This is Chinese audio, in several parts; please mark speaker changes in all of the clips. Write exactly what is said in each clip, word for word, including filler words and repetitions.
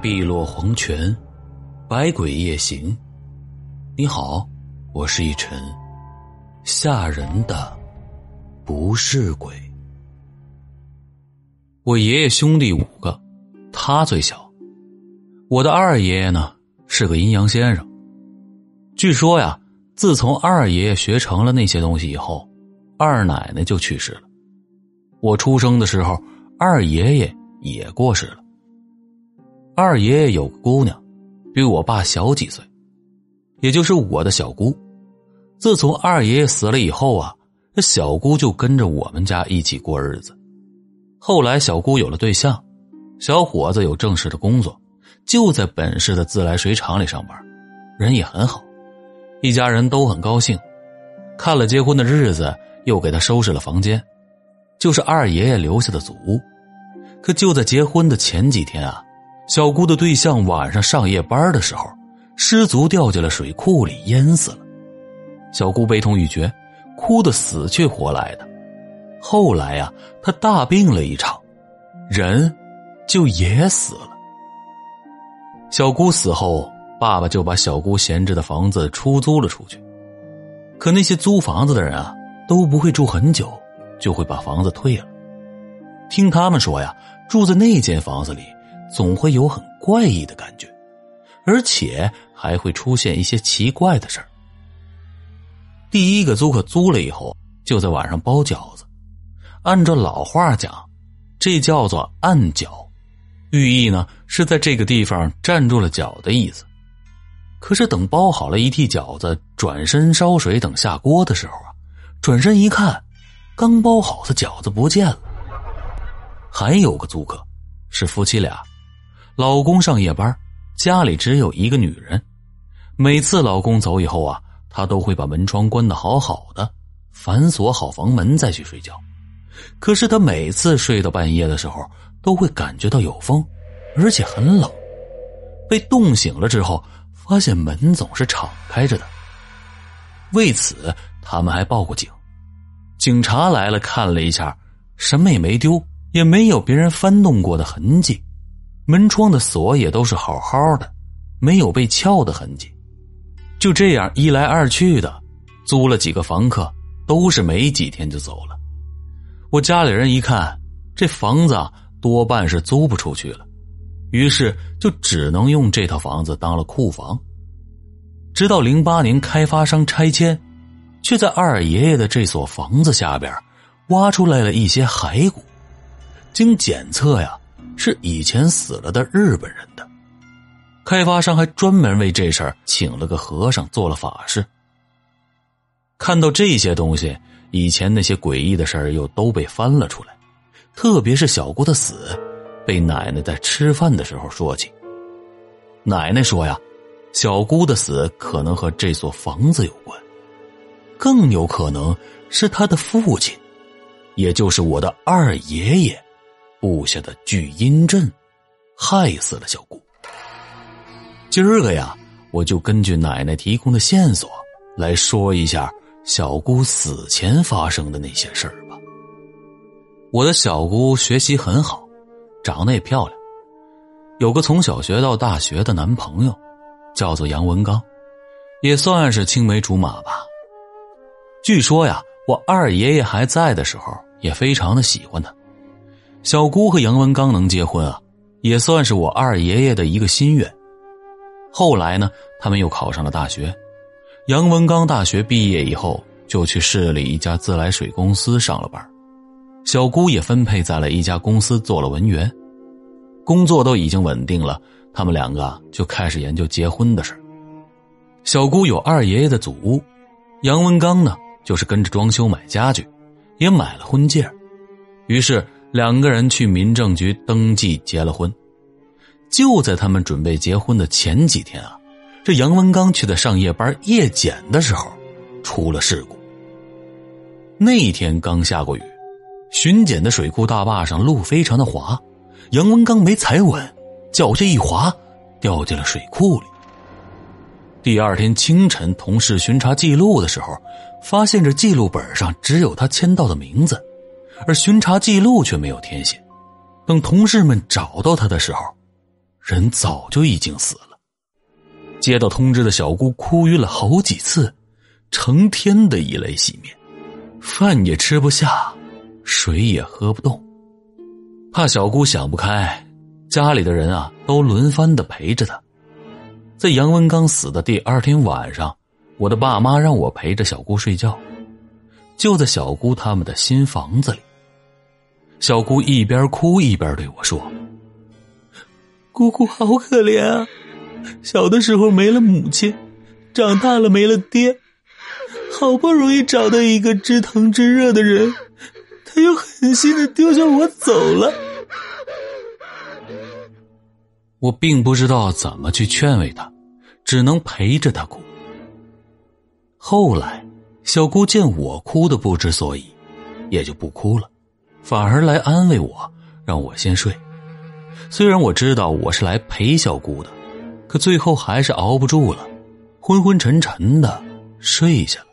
Speaker 1: 碧落黄泉，百鬼夜行。你好，我是一尘，吓人的不是鬼。我爷爷兄弟五个，他最小。我的二爷爷呢，是个阴阳先生。据说呀，自从二爷爷学成了那些东西以后，二奶奶就去世了。我出生的时候，二爷爷也过世了。二爷爷有个姑娘，比我爸小几岁，也就是我的小姑。自从二爷爷死了以后啊，这小姑就跟着我们家一起过日子。后来小姑有了对象，小伙子有正式的工作，就在本市的自来水厂里上班，人也很好，一家人都很高兴。看了结婚的日子，又给他收拾了房间，就是二爷爷留下的祖屋。可就在结婚的前几天啊，小姑的对象晚上上夜班的时候，失足掉进了水库里，淹死了。小姑悲痛欲绝，哭得死去活来的。后来呀、啊，她大病了一场，人就也死了。小姑死后，爸爸就把小姑闲置的房子出租了出去。可那些租房子的人啊，都不会住很久，就会把房子退了。听他们说呀，住在那间房子里总会有很怪异的感觉，而且还会出现一些奇怪的事儿。第一个租客租了以后，就在晚上包饺子。按照老话讲，这叫做按脚，寓意呢是在这个地方站住了脚的意思。可是等包好了一屉饺子，转身烧水等下锅的时候啊，转身一看，刚包好的饺子不见了。还有个租客是夫妻俩，老公上夜班，家里只有一个女人。每次老公走以后啊，她都会把门窗关得好好的，反锁好房门再去睡觉。可是她每次睡到半夜的时候，都会感觉到有风，而且很冷。被冻醒了之后，发现门总是敞开着的。为此他们还报过警。警察来了看了一下，什么也没丢，也没有别人翻动过的痕迹，门窗的锁也都是好好的，没有被撬的痕迹。就这样一来二去的，租了几个房客，都是没几天就走了。我家里人一看，这房子啊多半是租不出去了，于是就只能用这套房子当了库房。直到零八年开发商拆迁，却在二爷爷的这所房子下边挖出来了一些骸骨。经检测呀，是以前死了的日本人的。开发商还专门为这事儿请了个和尚做了法事。看到这些东西，以前那些诡异的事儿又都被翻了出来，特别是小姑的死，被奶奶在吃饭的时候说起。奶奶说呀，小姑的死可能和这所房子有关，更有可能是她的父亲，也就是我的二爷爷布下的聚阴阵，害死了小姑。今儿个呀，我就根据奶奶提供的线索来说一下小姑死前发生的那些事儿吧。我的小姑学习很好，长得也漂亮，有个从小学到大学的男朋友，叫做杨文刚，也算是青梅竹马吧。据说呀，我二爷爷还在的时候，也非常的喜欢他。小姑和杨文刚能结婚啊，也算是我二爷爷的一个心愿。后来呢，他们又考上了大学。杨文刚大学毕业以后，就去市里一家自来水公司上了班。小姑也分配在了一家公司做了文员。工作都已经稳定了，他们两个就开始研究结婚的事。小姑有二爷爷的祖屋，杨文刚呢，就是跟着装修买家具，也买了婚戒。于是两个人去民政局登记结了婚。就在他们准备结婚的前几天啊，这杨文刚去的上夜班夜检的时候出了事故。那一天刚下过雨，巡检的水库大坝上路非常的滑，杨文刚没踩稳，脚下一滑，掉进了水库里。第二天清晨同事巡查记录的时候，发现这记录本上只有他签到的名字，而巡查记录却没有填写。等同事们找到他的时候， 人早就已经死了。接到通知的小姑哭晕了好几次，成天的以泪洗面，饭也吃不下，水也喝不动。怕小姑想不开，家里的人啊都轮番的陪着她。在杨文刚死的第二天晚上，我的爸妈让我陪着小姑睡觉，就在小姑他们的新房子里。小姑一边哭一边对我说：姑姑好可怜啊，小的时候没了母亲，长大了没了爹，好不容易找到一个知疼知热的人，他又狠心的丢下我走了。我并不知道怎么去劝慰他，只能陪着他哭。后来小姑见我哭得不知所以，也就不哭了，反而来安慰我，让我先睡。虽然我知道我是来陪小姑的，可最后还是熬不住了，昏昏沉沉的睡下了。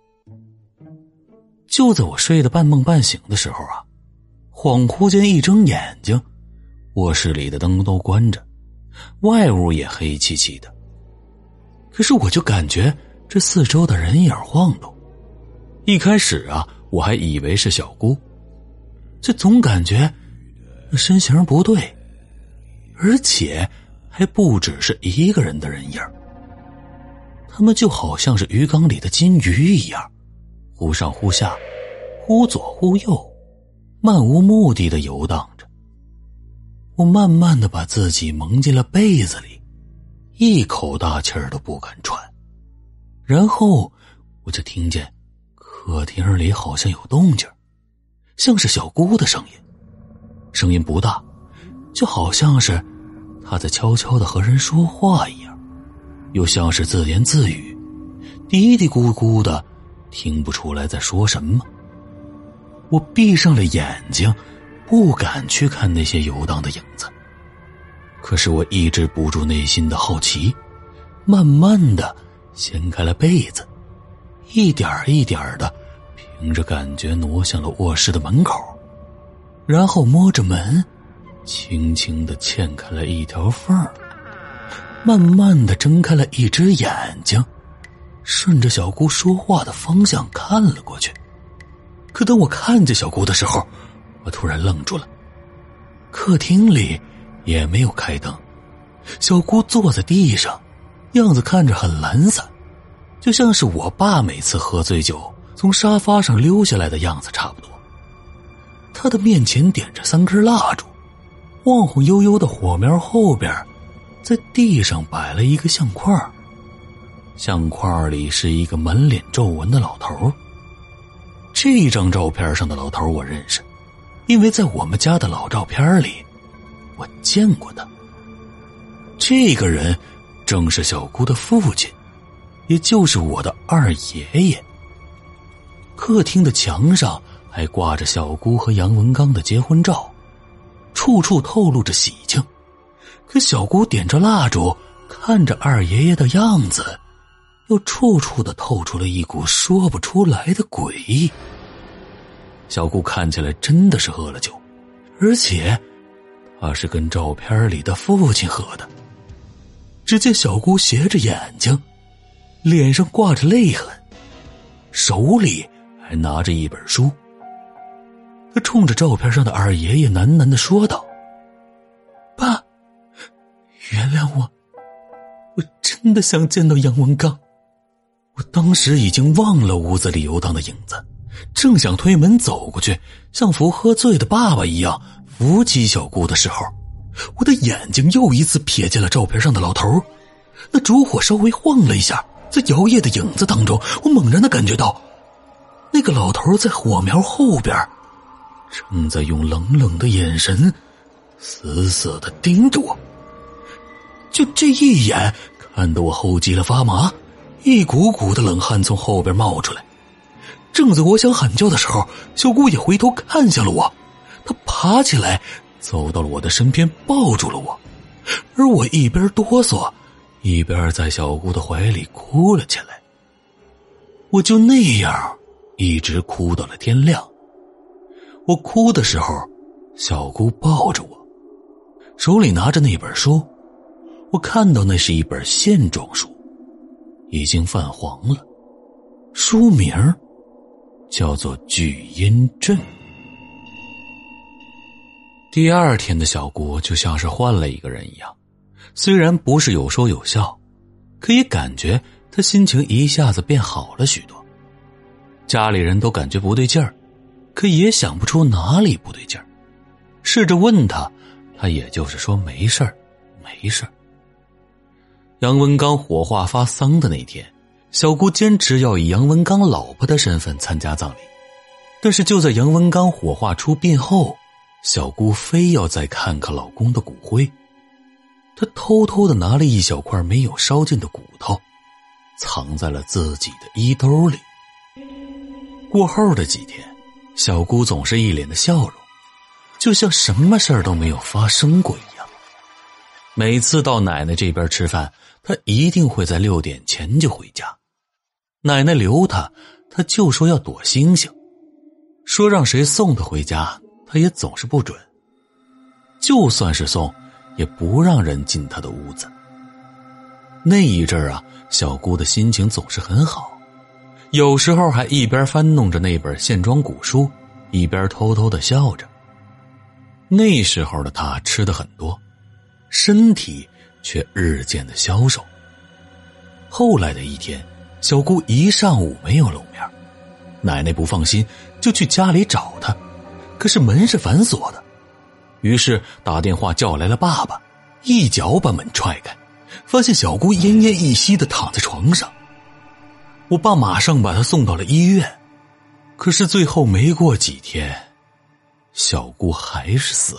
Speaker 1: 就在我睡得半梦半醒的时候啊，恍惚间一睁眼睛，卧室里的灯都关着，外屋也黑漆漆的。可是我就感觉这四周的人影晃动，一开始啊，我还以为是小姑，这总感觉那身形不对，而且还不只是一个人的人影，他们就好像是鱼缸里的金鱼一样，忽上忽下，忽左忽右，漫无目的的游荡着。我慢慢的把自己蒙进了被子里，一口大气儿都不敢喘。然后我就听见客厅里好像有动静，像是小姑的声音，声音不大，就好像是她在悄悄地和人说话一样，又像是自言自语，嘀嘀咕咕的，听不出来在说什么。我闭上了眼睛，不敢去看那些游荡的影子，可是我抑制不住内心的好奇，慢慢的掀开了被子，一点一点的凭着感觉挪向了卧室的门口，然后摸着门，轻轻的嵌开了一条缝，慢慢的睁开了一只眼睛，顺着小姑说话的方向看了过去。可当我看见小姑的时候，我突然愣住了。客厅里也没有开灯，小姑坐在地上，样子看着很懒散，就像是我爸每次喝醉酒从沙发上溜下来的样子差不多。她的面前点着三根蜡烛，晃晃悠悠的火苗后边，在地上摆了一个相框，相框里是一个满脸皱纹的老头。这张照片上的老头我认识，因为在我们家的老照片里我见过他。这个人正是小姑的父亲，也就是我的二爷爷。客厅的墙上还挂着小姑和杨文刚的结婚照，处处透露着喜庆。可小姑点着蜡烛，看着二爷爷的样子，又处处的透出了一股说不出来的诡异。小姑看起来真的是喝了酒，而且她是跟照片里的父亲喝的。只见小姑斜着眼睛，脸上挂着泪痕，手里还拿着一本书。她冲着照片上的二爷爷喃喃地说道：爸，原谅我，我真的想见到杨文刚。我当时已经忘了屋子里游荡的影子，正想推门走过去，像扶喝醉的爸爸一样扶起小姑的时候，我的眼睛又一次瞥见了照片上的老头。那烛火稍微晃了一下，在摇曳的影子当中，我猛然地感觉到那个老头在火苗后边正在用冷冷的眼神死死地盯着我。就这一眼，看得我后脊了发麻，一股股的冷汗从后边冒出来。正在我想喊叫的时候，小姑也回头看向了我，她爬起来走到了我的身边，抱住了我，而我一边哆嗦一边在小姑的怀里哭了起来。我就那样一直哭到了天亮。我哭的时候，小姑抱着我，手里拿着那本书， 我看到那是一本线装书，已经泛黄了，书名叫做《聚阴阵》。第二天的小姑就像是换了一个人一样，虽然不是有说有笑，可以感觉她心情一下子变好了许多。家里人都感觉不对劲儿，可也想不出哪里不对劲儿。试着问她，她也就是说没事儿，没事儿。杨文刚火化发丧的那天，小姑坚持要以杨文刚老婆的身份参加葬礼，但是就在杨文刚火化出殡后，小姑非要再看看老公的骨灰。她偷偷地拿了一小块没有烧尽的骨头，藏在了自己的衣兜里。过后的几天，小姑总是一脸的笑容，就像什么事儿都没有发生过一样。每次到奶奶这边吃饭，她一定会在六点前就回家。奶奶留她，她就说要躲星星，说让谁送她回家，她也总是不准。就算是送，也不让人进她的屋子。那一阵儿啊，小姑的心情总是很好，有时候还一边翻弄着那本线装古书，一边偷偷地笑着。那时候的她吃得很多，身体却日渐的消瘦。后来的一天，小姑一上午没有露面，奶奶不放心，就去家里找她，可是门是反锁的，于是打电话叫来了爸爸，一脚把门踹开，发现小姑奄奄一息地躺在床上。我爸马上把她送到了医院，可是最后没过几天，小姑还是死了。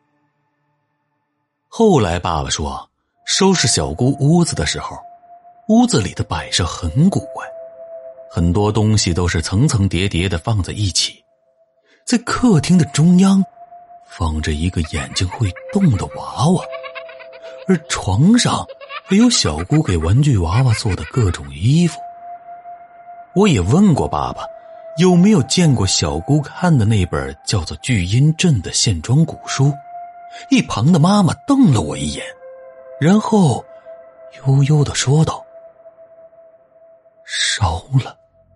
Speaker 1: 后来爸爸说，收拾小姑屋子的时候，屋子里的摆设很古怪，很多东西都是层层叠叠的放在一起。在客厅的中央放着一个眼睛会动的娃娃，而床上还有小姑给玩具娃娃做的各种衣服。我也问过爸爸，有没有见过小姑看的那本叫做《聚阴阵》的线装古书。一旁的妈妈瞪了我一眼，然后悠悠地说道：烧了。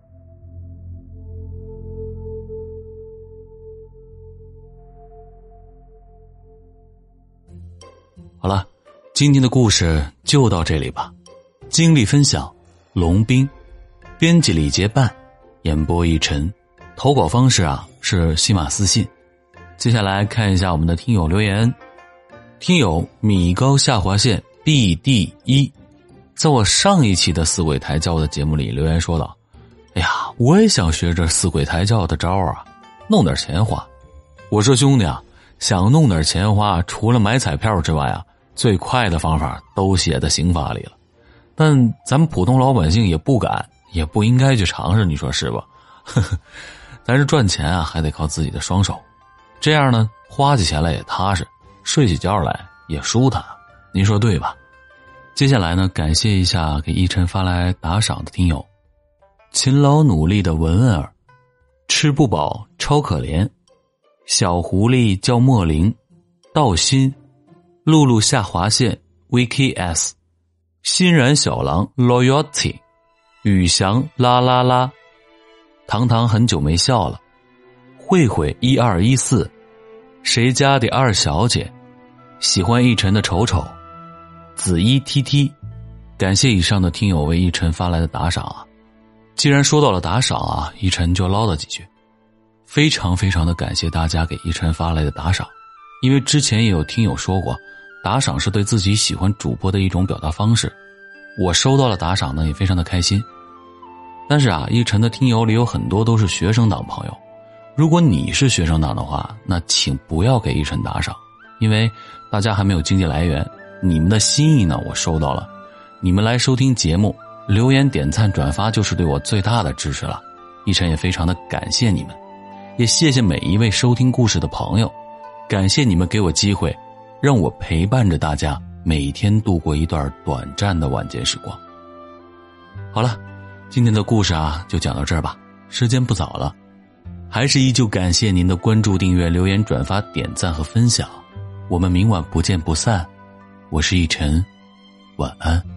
Speaker 1: 好了，今天的故事就到这里吧。经历分享龙斌，编辑李杰办，演播一晨，投稿方式啊是西马私信。接下来看一下我们的听友留言。听友米高下划线 B D 一，在我上一期的四鬼抬轿的节目里留言说道：哎呀，我也想学着四鬼抬轿的招啊，弄点钱花。我说兄弟啊，想弄点钱花，除了买彩票之外啊，最快的方法都写在刑法里了。但咱们普通老百姓也不敢，也不应该去尝试，你说是吧？呵呵，但是赚钱啊，还得靠自己的双手。这样呢，花起钱来也踏实，睡起觉来也舒坦，您说对吧？接下来呢，感谢一下给一晨发来打赏的听友：勤劳努力的文文儿，吃不饱超可怜，小狐狸叫莫林，道心，露露下划线 V K S， 欣然小狼 Loyalty， 宇翔啦啦啦，糖糖很久没笑了，慧慧一二一四，谁家的二小姐，喜欢一晨的丑丑，紫衣 T T， 感谢以上的听友为一晨发来的打赏啊。既然说到了打赏啊，一晨就唠叨几句。非常非常的感谢大家给一晨发来的打赏，因为之前也有听友说过，打赏是对自己喜欢主播的一种表达方式。我收到了打赏呢，也非常的开心。但是啊，一晨的听友里有很多都是学生党朋友，如果你是学生党的话，那请不要给一晨打赏，因为大家还没有经济来源。你们的心意呢，我收到了，你们来收听节目，留言点赞转发就是对我最大的支持了，一晨也非常的感谢你们，也谢谢每一位收听故事的朋友，感谢你们给我机会，让我陪伴着大家每天度过一段短暂的晚间时光。好了，今天的故事啊就讲到这儿吧，时间不早了，还是依旧感谢您的关注、订阅、留言、转发、点赞和分享，我们明晚不见不散。我是一晨， 晚安。